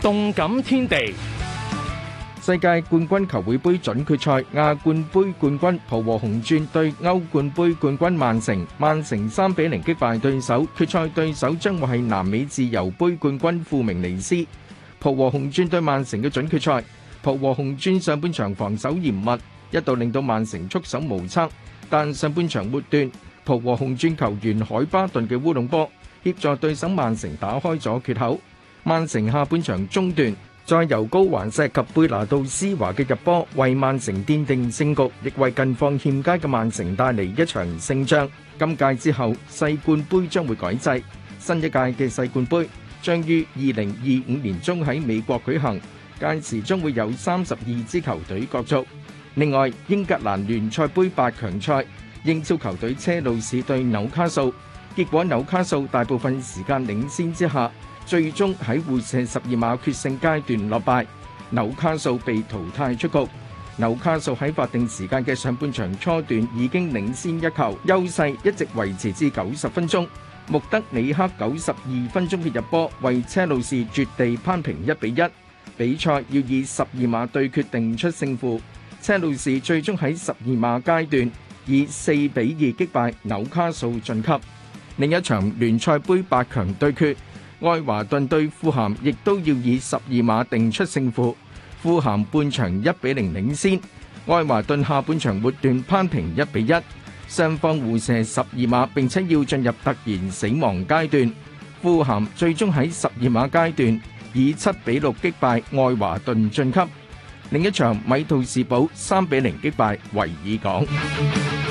動感天地。 世界冠軍球會杯準決賽，亞冠杯冠軍浦和紅鑽對歐冠杯冠軍曼城，曼城3-0擊敗對手，決賽對手將會係南美自由杯冠軍富明尼斯。浦和紅鑽對曼城嘅準決賽，浦和紅鑽上半場防守嚴密，一度令到曼城束手無策，但上半場末段，浦和紅鑽球員海巴頓嘅烏龍波協助對手曼城打開咗缺口。曼城下半場中段，再由高環石及貝拿度施華嘅入波，為曼城奠定勝局，亦為近況欠佳嘅曼城帶嚟一場勝仗。今屆之後，世冠杯將會改制，新一屆嘅世冠杯將於2025年中喺美國舉行，屆時將會有32支球隊角逐。另外，英格蘭聯賽杯8強賽，英超球隊車路士對紐卡素，結果紐卡素大部分時間領先之下，最終喺互射12碼決勝階段落敗，紐卡素被淘汰出局。紐卡素喺法定時間嘅上半場初段已經領先一球，優勢一直維持至90分鐘。穆德里克92分鐘嘅入波，為車路士絕地扳平1-1。比賽要以12碼對決定出勝負，車路士最終喺12碼階段以4-2擊敗紐卡素晉級。另一場聯賽杯8強對決，愛華頓對富咸亦都要以12碼定出勝負，富咸半場1-0領先，愛華頓下半場末段扳平1-1，雙方互射12碼並且要進入突然死亡階段，富咸最終喺12碼階段以7-6擊敗愛華頓晉級。另一場米杜士堡3-0擊敗維爾港。